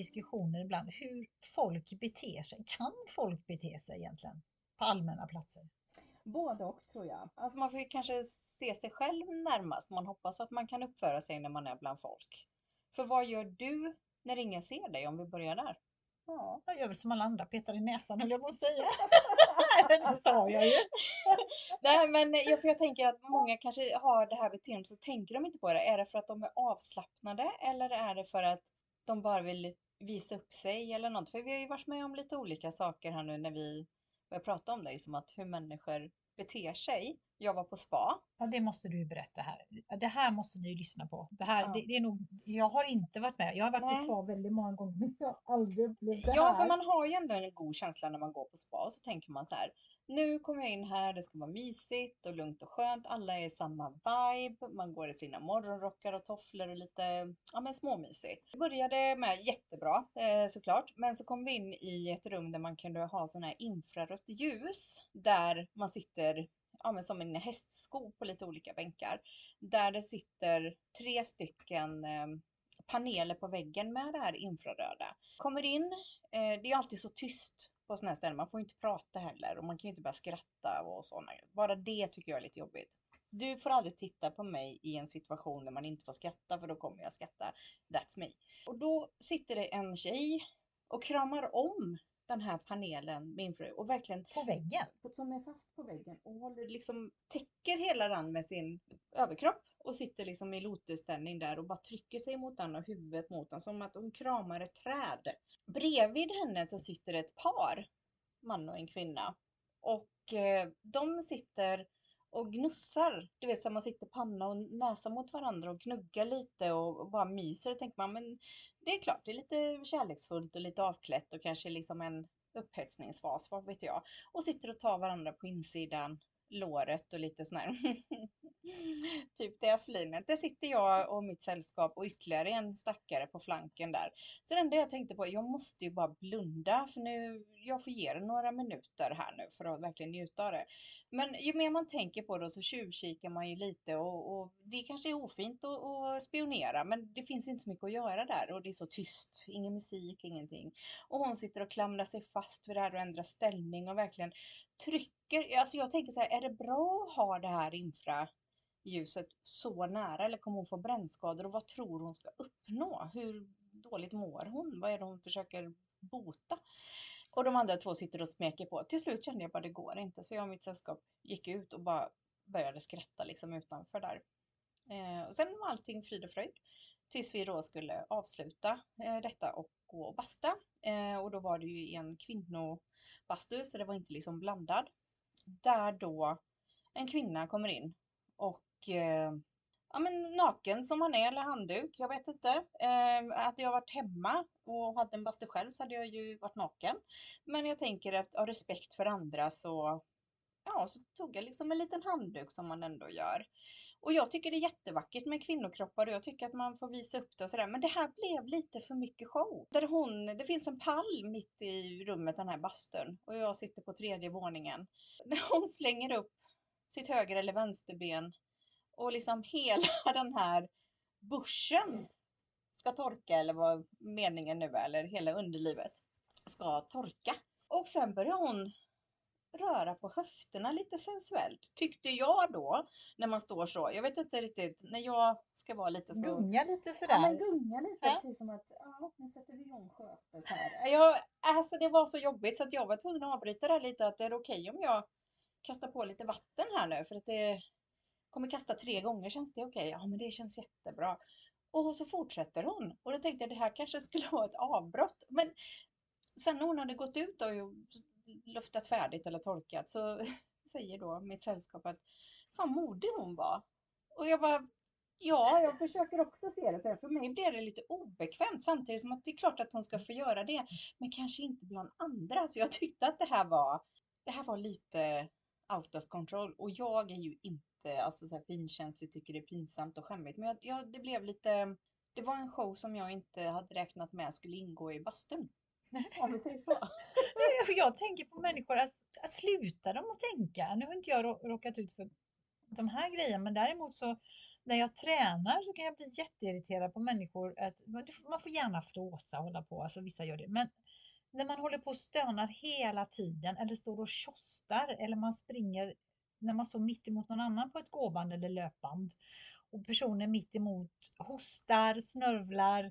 diskussioner ibland hur folk beter sig. Kan folk bete sig egentligen på allmänna platser? Både och tror jag. Alltså man får ju kanske se sig själv närmast. Man hoppas att man kan uppföra sig när man är bland folk. För vad gör du när ingen ser dig, om vi börjar där? Ja, jag gör väl som alla andra, petar i näsan höll jag på att säga. Det sa jag ju. Nej, men jag tänker att många kanske har det här beteendet så tänker de inte på det. Är det för att de är avslappnade eller är det för att de bara vill visa upp sig eller något? För vi har ju varit med om lite olika saker här nu när vi börjar prata om det, som att hur människor beter sig. Jag var på spa. Ja, det måste du ju berätta här. Det här måste ni ju lyssna på. Det här, Ja. det är nog, jag har inte varit med. Jag har varit på Nej. spa väldigt många gånger, men jag har aldrig upplevt det Ja, för här. man har ju ändå en god känsla när man går på spa. Så tänker man så här, nu kommer jag in här, det ska vara mysigt och lugnt och skönt. Alla är i samma vibe. Man går i sina morgonrockar och tofflor och lite, ja men småmysigt. Det började med jättebra såklart. Men så kom vi in i ett rum där man kunde ha sån här infrarött ljus. Där man sitter, ja men som en hästsko på lite olika bänkar. Där det sitter 3 stycken paneler på väggen med det här infraröda. Kommer in, det är alltid så tyst på sådana här ställen. Man får inte prata heller och man kan ju inte börja skratta och sådana. Bara det tycker jag är lite jobbigt. Du får aldrig titta på mig i en situation där man inte får skratta, för då kommer jag skratta. That's me. Och då sitter det en tjej och kramar om den här panelen med infraröd och verkligen På väggen. som är fast på väggen och håller liksom, täcker hela den med sin överkropp och sitter liksom i lotusställning där och bara trycker sig mot den och huvudet mot den som att hon kramar ett träd. Bredvid henne så sitter ett par, man och en kvinna, och de sitter och gnussar, du vet, så man sitter panna och näsa mot varandra och gnuggar lite och bara myser. Och tänker man, men det är klart, det är lite kärleksfullt och lite avklätt och kanske liksom en upphetsningsfas, vad vet jag. Och sitter och tar varandra på insidan låret och lite sån här typ det flinet. Där sitter jag och mitt sällskap och ytterligare en stackare på flanken där. Så det enda jag tänkte på, jag måste ju bara blunda för nu, jag får ge det några minuter här nu för att verkligen njuta av det. Men ju mer man tänker på det så tjuvkikar man ju lite och det kanske är ofint att spionera, men det finns inte så mycket att göra där och det är så tyst, ingen musik, ingenting. Och hon sitter och klamrar sig fast vid det här och ändrar ställning och verkligen trycker. Alltså jag tänker så här, är det bra att ha det här infraljuset så nära eller kommer hon få brännskador och vad tror hon ska uppnå? Hur dåligt mår hon? Vad är det hon försöker bota? Och de andra 2 sitter och smeker på. Till slut kände jag bara det går inte, så jag och mitt sällskap gick ut och bara började skratta liksom utanför där. Och sen var allting frid och fröjd tills vi då skulle avsluta detta och gå och basta. Och då var det ju en kvinnobastu, så det var inte liksom blandad. Där då en kvinna kommer in och ja, men naken som man är, eller handduk, jag vet inte. Att jag varit hemma och hade en bastu själv så hade jag ju varit naken. Men jag tänker att av respekt för andra så, ja, så tog jag liksom en liten handduk som man ändå gör. Och jag tycker det är jättevackert med kvinnokroppar och jag tycker att man får visa upp det och sådär. Men det här blev lite för mycket show. Det finns en pall mitt i rummet, den här bastun. Och jag sitter på 3:e våningen. När hon slänger upp sitt höger eller vänsterben och liksom hela den här bushen ska torka, eller vad meningen nu är, eller hela underlivet ska torka. Och sen börjar hon röra på höfterna lite sensuellt, tyckte jag då, när man står så. Jag vet inte riktigt, när jag ska vara lite så... Gunga lite sådär. Ja, men gunga lite, Ja. precis som att, ja, nu sätter vi igång skötet här. Alltså det var så jobbigt så att jag var tvungen att avbryta det här lite, att det är okej om jag kastar på lite vatten här nu, för att det kommer kasta 3 gånger, känns det okej? Ja, men det känns jättebra. Och så fortsätter hon. Och då tänkte jag det här kanske skulle vara ett avbrott. Men sen när hon hade gått ut och luftat färdigt eller torkat så säger då mitt sällskap att fan modig hon var. Och jag bara, ja, jag försöker också se det så här. För mig blev det lite obekvämt samtidigt som att det är klart att hon ska få göra det. Men kanske inte bland andra. Så jag tyckte att det här var lite out of control. Och jag är ju inte alltså så här finkänslig, tycker det är pinsamt och skämmigt. Men det blev lite, det var en show som jag inte hade räknat med skulle ingå i bastun. Om vi säger så. Jag tänker på människor, att sluta dem att tänka. Nu har inte jag råkat ut för de här grejerna. Men däremot så när jag tränar så kan jag bli jätteirriterad på människor. Att man får gärna flåsa och hålla på, alltså vissa gör det. Men när man håller på och stönar hela tiden eller står och tjostar eller man springer när man står mitt emot någon annan på ett gåband eller löpband och personen mitt emot hostar, snörvlar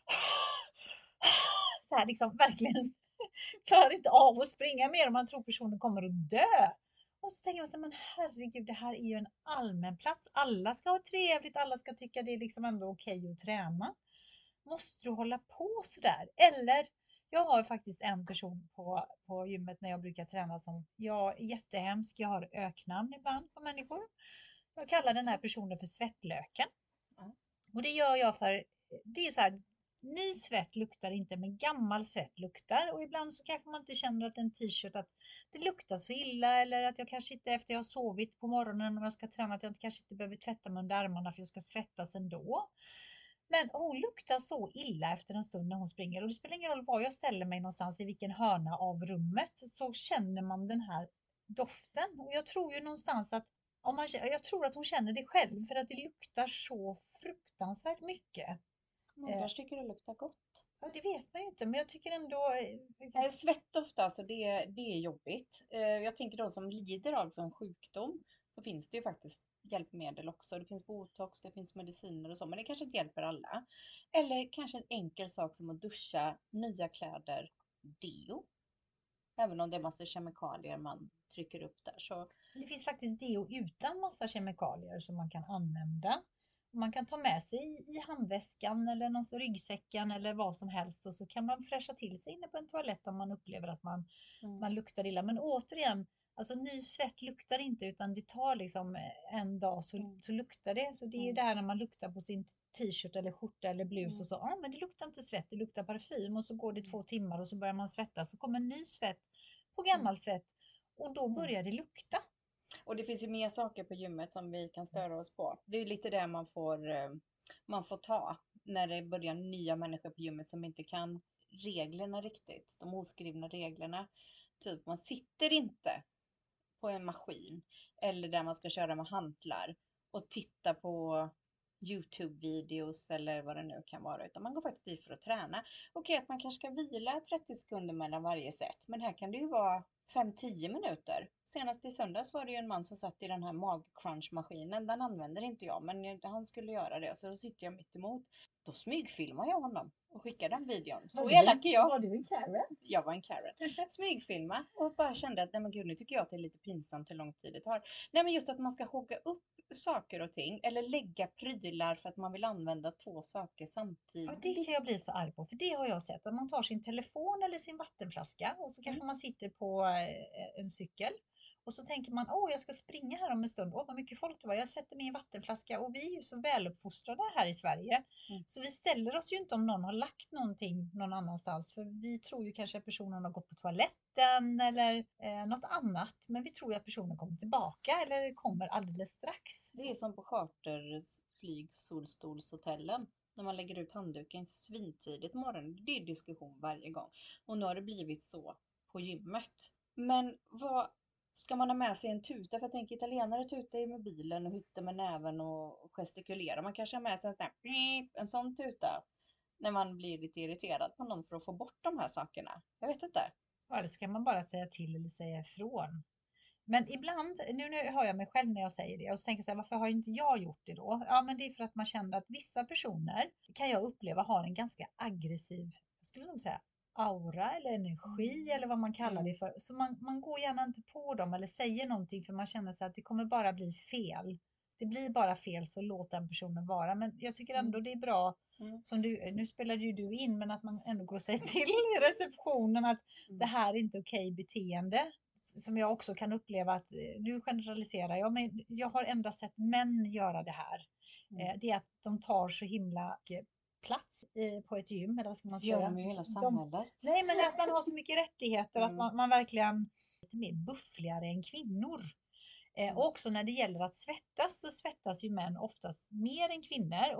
så här liksom verkligen klarar inte av att springa mer och man tror personen kommer att dö. Och så tänker man så här, men herregud, det här är ju en allmän plats. Alla ska ha trevligt, alla ska tycka det är liksom ändå okej att träna. Måste du hålla på sådär? Eller, jag har faktiskt en person på gymmet när jag brukar träna som jag är jättehemsk. Jag har öknamn ibland på människor. Jag kallar den här personen för svettlöken. Ja. Och det gör jag för, det är så här, ny svett luktar inte men gammal svett luktar. Och ibland så kanske man inte känner att en t-shirt att det luktar så illa eller att jag kanske inte efter jag har sovit på morgonen om jag ska träna att jag kanske inte behöver tvätta mig under armarna för jag ska svettas ändå. Men hon luktar så illa efter en stund när hon springer och det spelar ingen roll var jag ställer mig någonstans i vilken hörna av rummet så känner man den här doften. Och jag tror ju någonstans att jag tror att hon känner det själv för att det luktar så fruktansvärt mycket. Man kanske tycker det luktar gott. Ja, det vet man ju inte, men jag tycker ändå... Svettdoft alltså, det är jobbigt. Jag tänker de som lider av en sjukdom så finns det ju faktiskt hjälpmedel också. Det finns botox, det finns mediciner och så, men det kanske inte hjälper alla. Eller kanske en enkel sak som att duscha, nya kläder, deo. Även om det är massa kemikalier man trycker upp där så... Det finns faktiskt deo utan massa kemikalier som man kan använda. Man kan ta med sig i handväskan eller någon ryggsäcken eller vad som helst och så kan man fräscha till sig inne på en toalett om man upplever att man luktar illa. Men återigen, alltså ny svett luktar inte utan det tar liksom en dag så luktar det. Så det är det här när man luktar på sin t-shirt eller skjorta eller blus och så, men det luktar inte svett, det luktar parfym och så går det 2 timmar och så börjar man svettas så kommer ny svett på gammal svett och då börjar det lukta. Och det finns ju mer saker på gymmet som vi kan störa oss på. Det är lite det man får ta när det börjar nya människor på gymmet som inte kan reglerna riktigt. De oskrivna reglerna. Typ man sitter inte på en maskin eller där man ska köra med hantlar och titta på YouTube-videos eller vad det nu kan vara. Utan man går faktiskt dit för att träna. Okej, att man kanske ska vila 30 sekunder mellan varje set. Men här kan det ju vara 5-10 minuter. Senast i söndags var det ju en man som satt i den här mag-crunch-maskinen. Den använder inte jag, men han skulle göra det. Så då sitter jag mitt emot. Då smygfilmar jag honom och skickar den videon. Så elak är jag. Var du en Karen? Jag var en Karen. Smygfilma och bara kände att nej men gud, nu tycker jag att det är lite pinsamt hur lång tid det tar. Nej men just att man ska hugga upp saker och ting eller lägga prylar för att man vill använda 2 saker samtidigt. Ja, det kan jag bli så arg på, för det har jag sett. Att man tar sin telefon eller sin vattenflaska och så kanske man sitter på en cykel. Och så tänker man, jag ska springa här om en stund. Vad mycket folk det var. Jag sätter min vattenflaska och vi är ju så väluppfostrade här i Sverige. Så vi ställer oss ju inte om någon har lagt någonting någon annanstans. För vi tror ju kanske att personen har gått på toaletten eller något annat. Men vi tror ju att personen kommer tillbaka eller kommer alldeles strax. Det är som på charterflyg solstolshotellen. När man lägger ut handduken svintidigt på morgonen. Det är diskussion varje gång. Och nu har det blivit så på gymmet. Men vad ska man ha med sig en tuta? För jag tänker italienare tutar ju med bilen och hytter med näven och gestikulerar. Man kanske har med sig en sån tuta när man blir lite irriterad på någon för att få bort de här sakerna. Jag vet inte. Eller så kan man bara säga till eller säga ifrån. Men ibland, nu hör jag mig själv när jag säger det och så tänker jag så här, varför har inte jag gjort det då? Ja, men det är för att man känner att vissa personer kan jag uppleva har en ganska aggressiv, jag skulle nog säga aura eller energi eller vad man kallar det för. Så man går gärna inte på dem eller säger någonting för man känner sig att det kommer bara bli fel. Det blir bara fel så låt den personen vara. Men jag tycker ändå det är bra, som nu spelade ju du in, men att man ändå går och säger till i receptionen att det här är inte okej beteende. Som jag också kan uppleva att, nu generaliserar jag, men jag har endast sett män göra det här. Det är att de tar så himla plats på ett gym, eller vad ska man säga? Gör de i hela samhället. Nej, men att man har så mycket rättigheter, att man verkligen är lite mer buffligare än kvinnor. Och också när det gäller att svettas så svettas ju män oftast mer än kvinnor. Och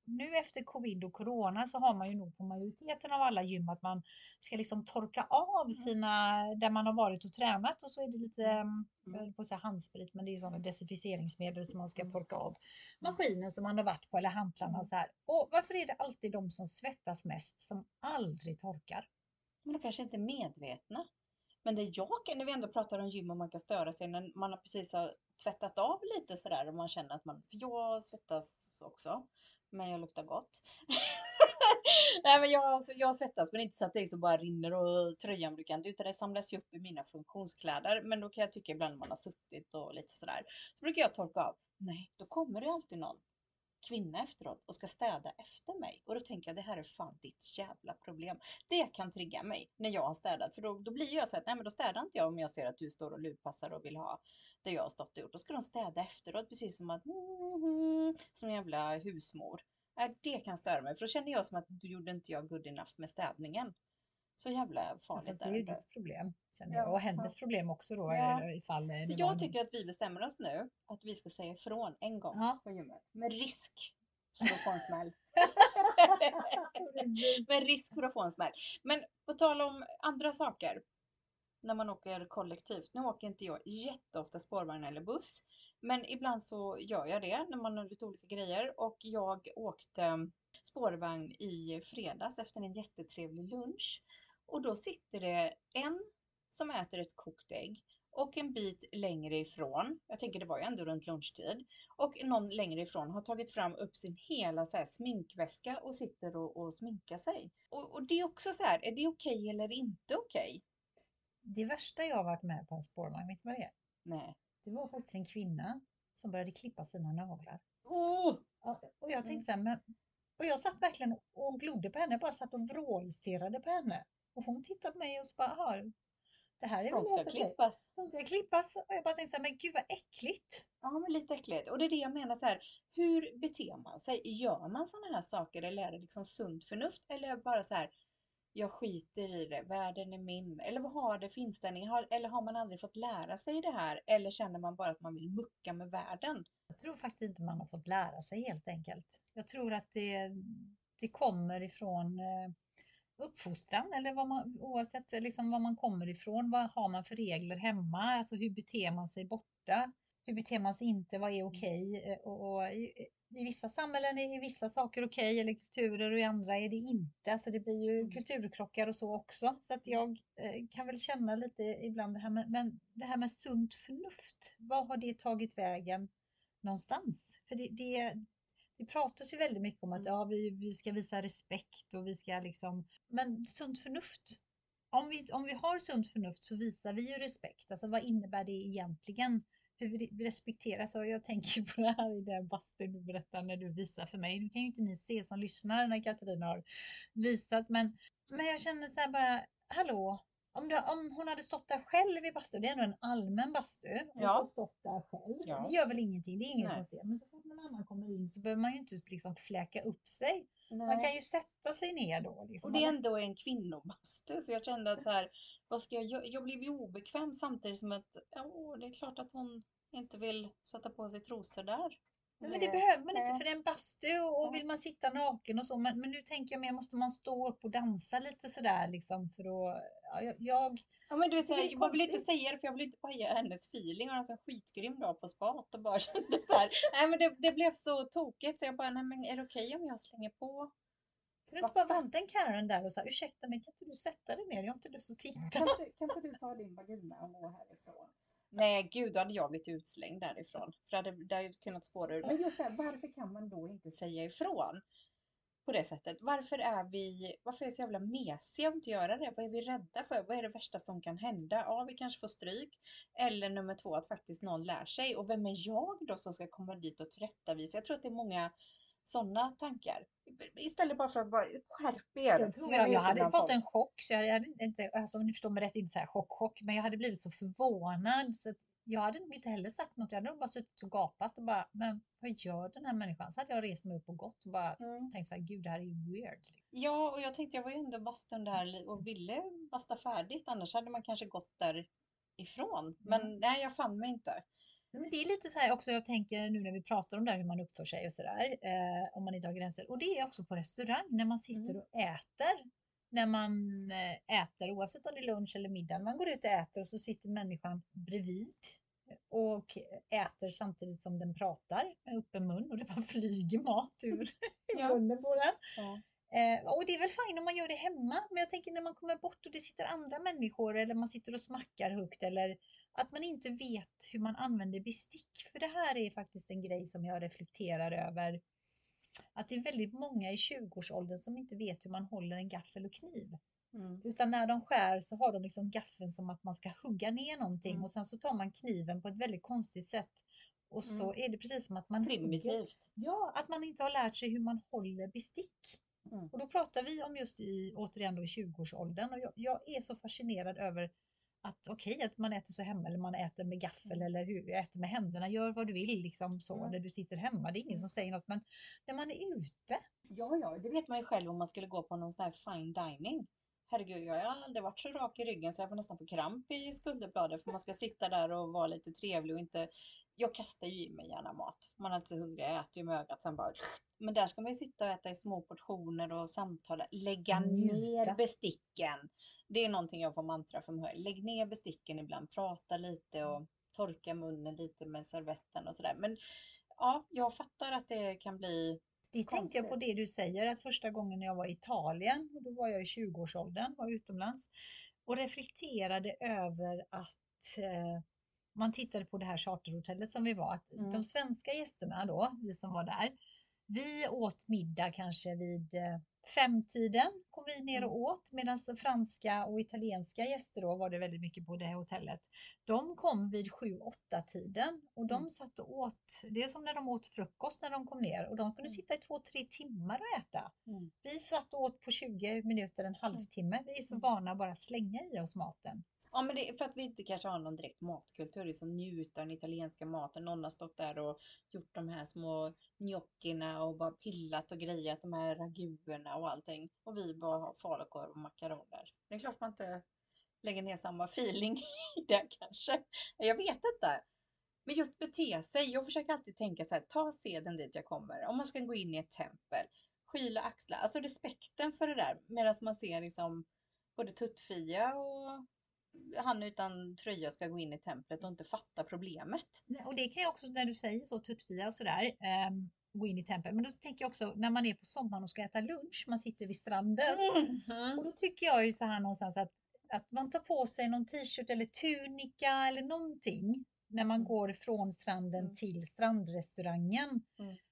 nu efter covid och corona så har man ju nog på majoriteten av alla gym att man ska liksom torka av sina, där man har varit och tränat, och så är det lite, jag höll på att säga handsprit, men det är ju sådana desinficeringsmedel som man ska torka av maskinen som man har varit på, eller hantlarna och så här. Och varför är det alltid de som svettas mest som aldrig torkar? Men de kanske inte är medvetna. Men det när vi ändå pratar om gym och man kan störa sig när man har precis har tvättat av lite sådär och man känner att man, för jag svettas också, men jag luktar gott. Nej men jag svettas, men inte så att det liksom bara rinner och tröjan blir kant, utan det samlas ju upp i mina funktionskläder. Men då kan jag tycka ibland när man har suttit och lite sådär, så brukar jag torka av. Nej, då kommer det alltid någon kvinna efteråt och ska städa efter mig. Och då tänker jag, det här är fan ditt jävla problem. Det kan trigga mig när jag har städat. För då blir jag så att, nej men då städar inte jag om jag ser att du står och lurpassar och vill ha det jag har stått och gjort. Då ska de städa efteråt, precis som att, som en jävla husmor. Det kan störa mig, för då känner jag som att du gjorde inte jag good enough med städningen. Så jävla farligt Det är ju ditt problem, känner jag. Och hennes problem också då, Ja. ifall Så det var jag någon. tycker att vi bestämmer oss nu att vi ska säga ifrån en gång Ja. på gymmet. Med risk för att få en smäll. Precis. Med risk för att få en smäll. Men på tal om andra saker. När man åker kollektivt. Nu åker inte jag jätteofta spårvagn eller buss. Men ibland så gör jag det när man har lite olika grejer. Och jag åkte spårvagn i fredags efter en jättetrevlig lunch. Och då sitter det en som äter ett kokt ägg. Och en bit längre ifrån, jag tänker det var ju ändå runt lunchtid, och någon längre ifrån har tagit fram upp sin hela så här sminkväska och sitter och sminkar sig. Och det är också så här, är det okej eller inte okej? Det värsta jag har varit med på en spårvagn, vet du vad det är? Nej. Det var faktiskt en kvinna som började klippa sina naglar. Oh! Ja, och jag tänkte så här, men, och jag satt verkligen och glodde på henne, bara satt och vrålstirrade på henne. Och hon tittade på mig och så bara, ja, det här är De väl ska helt okej. klippas. De ska klippas. Och jag bara tänkte så här, men gud vad äckligt. Ja, men lite äckligt. Och det är det jag menar så här, hur beter man sig? Gör man sådana här saker eller är det liksom sunt förnuft? Eller är det bara så här, jag skiter i det, världen är min. Eller vad har det för inställning? Eller har man aldrig fått lära sig det här? Eller känner man bara att man vill mucka med världen? Jag tror faktiskt inte man har fått lära sig helt enkelt. Jag tror att det kommer ifrån uppfostran, eller vad man, oavsett liksom var man kommer ifrån. Vad har man för regler hemma? Alltså hur beter man sig borta? Hur beter man sig inte? Vad är okej? Och i vissa samhällen är vissa saker okej, eller kulturer, och i andra är det inte. Alltså det blir ju kulturkrockar och så också. Så att jag kan väl känna lite ibland det här med, men det här med sunt förnuft. Vad har det tagit vägen någonstans? För det pratas ju väldigt mycket om att ja, vi ska visa respekt och vi ska liksom, men sunt förnuft. Om vi har sunt förnuft så visar vi ju respekt. Alltså vad innebär det egentligen? För vi respekterar, så jag tänker på det här i den bastun du berättar när du visar för mig. Nu kan ju inte ni se som lyssnar när Katarina har visat, men jag känner så här bara, hallå, om hon hade stått där själv i bastun, det är ändå en allmän bastu, och Ja. så stått där själv, Ja. det gör väl ingenting, det är ingen Nej. som ser, men så fort någon annan kommer in så behöver man ju inte liksom fläka upp sig. Nej. Man kan ju sätta sig ner då. Liksom. Och det är ändå en kvinnobastu, så jag kände att så här, vad ska jag blev ju obekväm samtidigt som att, det är klart att hon inte vill sätta på sig trosor där. Nej, men det behöver man inte, för det är en bastu, och vill man sitta naken och så, men nu tänker jag mer, måste man stå upp och dansa lite sådär liksom, för att, Ja, men du vet, det är så här, jag vill inte konstigt. säga det för jag vill inte paja hennes feeling. Hon har haft en skitgrym dag på spat och bara kände så här, nej men det blev så tokigt så jag bara, nej men är det okej om jag slänger på Kan du inte bara varit en Karen där och säga, ursäkta mig, kan inte du sätta dig ner? Jag har inte lust att titta. Kan inte du ta din vagina och gå härifrån? Nej gud, då hade jag blivit utslängd därifrån. För det hade kunnat spåra ur. Men just det, varför kan man då inte säga ifrån? På det sättet. Varför är vi så jävla mesiga att inte göra det? Vad är vi rädda för? Vad är det värsta som kan hända? Ja, vi kanske får stryk. Eller nummer 2, att faktiskt någon lär sig. Och vem är jag då som ska komma dit och tillrättavisa? Jag tror att det är många sådana tankar. Istället bara för att bara skärp er. Jag tror jag hade fått en chock. Så jag hade inte, alltså, om ni förstår mig rätt, inte så här chock. Men jag hade blivit så förvånad. Så att jag hade nog inte heller sagt något. Jag hade nog bara suttit och gapat och bara, men vad gör den här människan? Så hade jag rest mig upp och gått och bara tänkt så här, gud det här är ju weird. Ja, och jag tänkte jag var ju ändå bastun där och ville basta färdigt. Annars hade man kanske gått därifrån. Men nej, jag fann mig inte. Men det är lite så här också, jag tänker nu när vi pratar om det här, hur man uppför sig och sådär, om man inte har gränser. Och det är också på restaurang, när man sitter och äter. När man äter, oavsett om det är lunch eller middag, man går ut och äter och så sitter människan bredvid och äter samtidigt som den pratar med öppen mun och det bara flyger mat ur munnen på den. Ja. Och det är väl fint om man gör det hemma, men jag tänker när man kommer bort och det sitter andra människor eller man sitter och smackar högt eller att man inte vet hur man använder bestick. För det här är faktiskt en grej som jag reflekterar över. Att det är väldigt många i 20-årsåldern som inte vet hur man håller en gaffel och kniv. Utan när de skär så har de liksom gaffeln som att man ska hugga ner någonting och sen så tar man kniven på ett väldigt konstigt sätt. Och så är det precis som att man primitivt. Ja, att man inte har lärt sig hur man håller bestick. Och då pratar vi om just återigen då i 20-årsåldern och jag är så fascinerad över att okej, att man äter så hemma eller man äter med gaffel eller hur äter med händerna, gör vad du vill liksom så när du sitter hemma, det är ingen som säger något, men när man är ute. Ja, det vet man ju själv om man skulle gå på någon sån här fine dining. Herregud, jag har aldrig varit så rak i ryggen så jag får nästan på kramp i skulderbladet för man ska sitta där och vara lite trevlig och inte... Jag kastar ju i mig gärna mat. Man är inte så hungrig, jag äter ju med ögat sen bara... Men där ska man ju sitta och äta i små portioner och samtala. Lägga ner besticken. Det är någonting jag får mantra för mig. Lägg ner besticken ibland, prata lite och torka munnen lite med servetten och sådär. Men ja, jag fattar att det kan bli... Det tänkte jag på det du säger, att första gången jag var i Italien, och då var jag i 20-årsåldern, var utomlands, och reflekterade över att man tittade på det här charterhotellet som vi var, att de svenska gästerna då, vi som var där, vi åt middag kanske vid 5-tiden kom vi ner och åt, medan franska och italienska gäster då var det väldigt mycket på det här hotellet. De kom vid 7-8-tiden och de satt och åt, det är som när de åt frukost när de kom ner och de kunde sitta i 2-3 timmar och äta. Vi satt och åt på 20 minuter, en halvtimme. Vi är så vana att bara slänga i oss maten. Ja, men det är för att vi inte kanske har någon direkt matkultur, liksom njuta av den italienska maten. Någon har stått där och gjort de här små gnocchierna och bara pillat och grejat de här raguerna och allting. Och vi bara har falukorv och makaroner. Det är klart man inte lägger ner samma feeling i det kanske. Jag vet inte. Men just bete sig. Jag försöker alltid tänka så här, ta seden dit jag kommer. Om man ska gå in i ett tempel, skyla axlar. Alltså respekten för det där. Medan man ser liksom både Tuttfia och han utan tröja ska gå in i templet och inte fatta problemet. Och det kan jag också, när du säger så, Tuttfia och sådär, gå in i templet. Men då tänker jag också, när man är på sommaren och ska äta lunch, man sitter vid stranden. Och då tycker jag ju så här någonstans att man tar på sig någon t-shirt eller tunika eller någonting när man går från stranden till strandrestaurangen.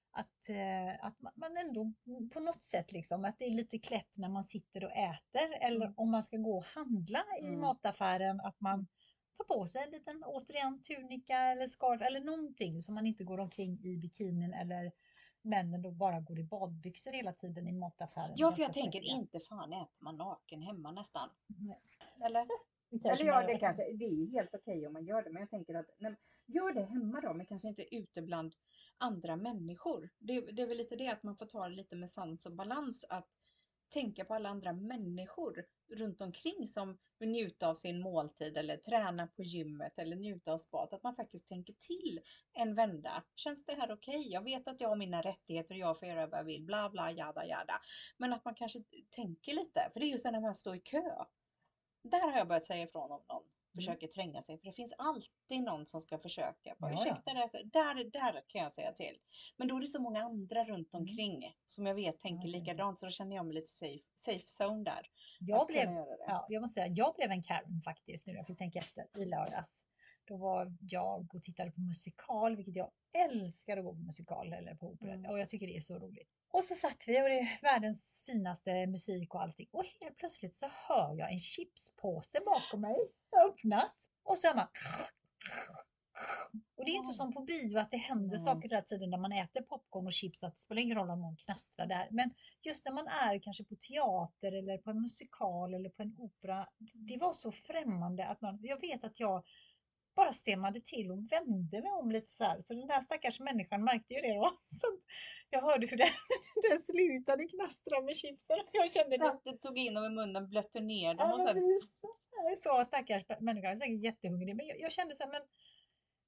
Att man ändå på något sätt liksom, att det är lite klätt när man sitter och äter eller om man ska gå och handla i mataffären, att man tar på sig en liten återigen tunika eller scarf eller någonting så man inte går omkring i bikinin eller männen då bara går i badbyxor hela tiden i mataffären. Ja, för jag tänker inte fan äter man naken hemma nästan. Nej. Eller? Eller ja, det är helt okej om man gör det. Men jag tänker att gör det hemma då, men kanske inte ute bland andra människor. Det är väl lite det att man får ta det lite med sans och balans. Att tänka på alla andra människor runt omkring som vill njuta av sin måltid eller träna på gymmet eller njuta av spat. Att man faktiskt tänker till en vända. Känns det här okej? Jag vet att jag har mina rättigheter och jag får göra vad jag vill. Bla bla jada jada. Men att man kanske tänker lite. För det är just när man står i kö. Där har jag börjat säga ifrån om någon försöker tränga sig. För det finns alltid någon som ska försöka. Ursäkta, där kan jag säga till. Men då är det så många andra runt omkring som jag vet tänker likadant. Så då känner jag mig lite safe zone där. Jag måste säga, jag blev en Karen faktiskt nu. Jag fick tänka efter i lördags. Då var jag och tittade på musikal, vilket jag älskar att gå på musikal eller på opera. Och jag tycker det är så roligt. Och så satt vi och det är världens finaste musik och allting. Och helt plötsligt så hör jag en chipspåse bakom mig öppnas. Och så hör man... Och det är inte som på bio att det händer saker hela tiden när man äter popcorn och chips. Att det spelar ingen roll om någon knastrar där. Men just när man är kanske på teater eller på en musikal eller på en opera. Det var så främmande att jag vet att jag bara stämmade till och vände mig om lite så här. Så den där stackars människan märkte ju det då. Så jag hörde hur den slutade knastra med chipsen. Jag kände så att det tog in dem i munnen, blötte ner dem. Ja, så stackars människa. Jag är säkert jättehungrig. Men jag kände så här, men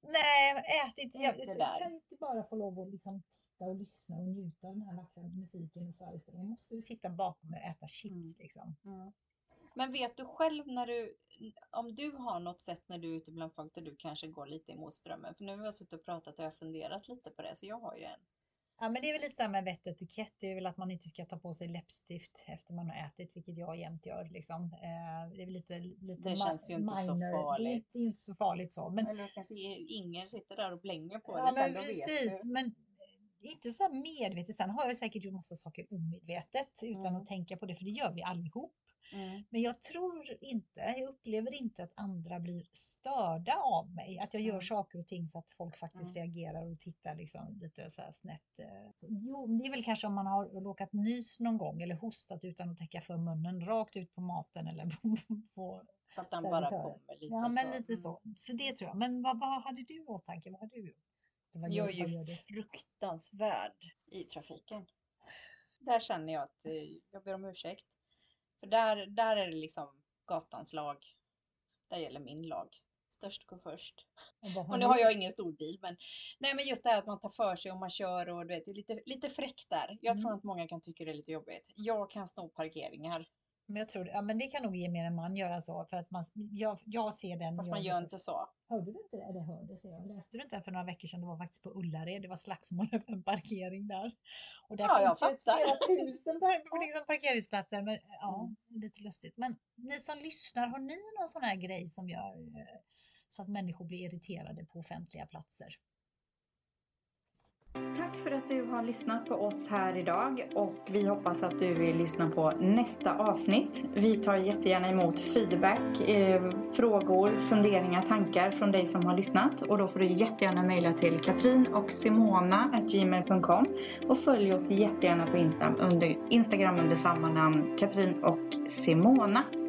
Nej, ät inte. Jag Inte där. kan inte bara få lov att liksom titta och lyssna och njuta av den här vackra musiken och föreställningen. Jag måste sitta bakom och äta chips liksom. Mm. Men vet du själv om du har något sätt när du är ute bland folk där du kanske går lite emot strömmen? För nu har jag suttit och pratat och jag har funderat lite på det, så jag har ju en. Ja, men det är väl lite samma med vett och etikett. Det är väl att man inte ska ta på sig läppstift efter man har ätit, vilket jag jämt gör liksom. Det är väl lite Det känns ju inte så farligt. Det är inte så farligt så. Men, eller kanske ingen sitter där och blänger på ja, det. men Sen då precis. vet du. Men inte så här medvetet. Sen har jag säkert gjort massa saker omedvetet utan att tänka på det. För det gör vi allihop. Men jag upplever inte att andra blir störda av mig. Att jag gör saker och ting så att folk faktiskt reagerar och tittar liksom lite så här snett. Jo, det är väl kanske om man har råkat nys någon gång eller hostat utan att täcka för munnen rakt ut på maten eller på För att den bara kommer lite ja, men så. lite så. Så det tror jag. Men vad hade du i åtanke? Vad hade du gjort? Jag är ju fruktansvärd i trafiken. Där känner jag att jag ber om ursäkt. För där är det liksom gatans lag. Där gäller min lag. Störst går först. Och nu har jag ingen stor bil. Men just det här att man tar för sig och man kör och du vet, det är lite fräckt där. Jag tror att många kan tycka det är lite jobbigt. Jag kan sno parkeringar. Men jag tror, ja, men det kan nog ge mer än man göra så. För att jag ser den. Fast man gör inte så. Hörde du inte det? Eller hörde så jag. Läste du inte för några veckor sedan? Det var faktiskt på Ullared. Det var slagsmål över en parkering där. Och där finns flera tusen liksom parkeringsplatser. Men lite lustigt. Men ni som lyssnar, har ni någon sån här grej som gör så att människor blir irriterade på offentliga platser? Tack för att du har lyssnat på oss här idag och vi hoppas att du vill lyssna på nästa avsnitt. Vi tar jättegärna emot feedback, frågor, funderingar, tankar från dig som har lyssnat och då får du jättegärna mejla till katrinochsimona@gmail.com och följ oss jättegärna på Instagram under samma namn, Katrin och Simona.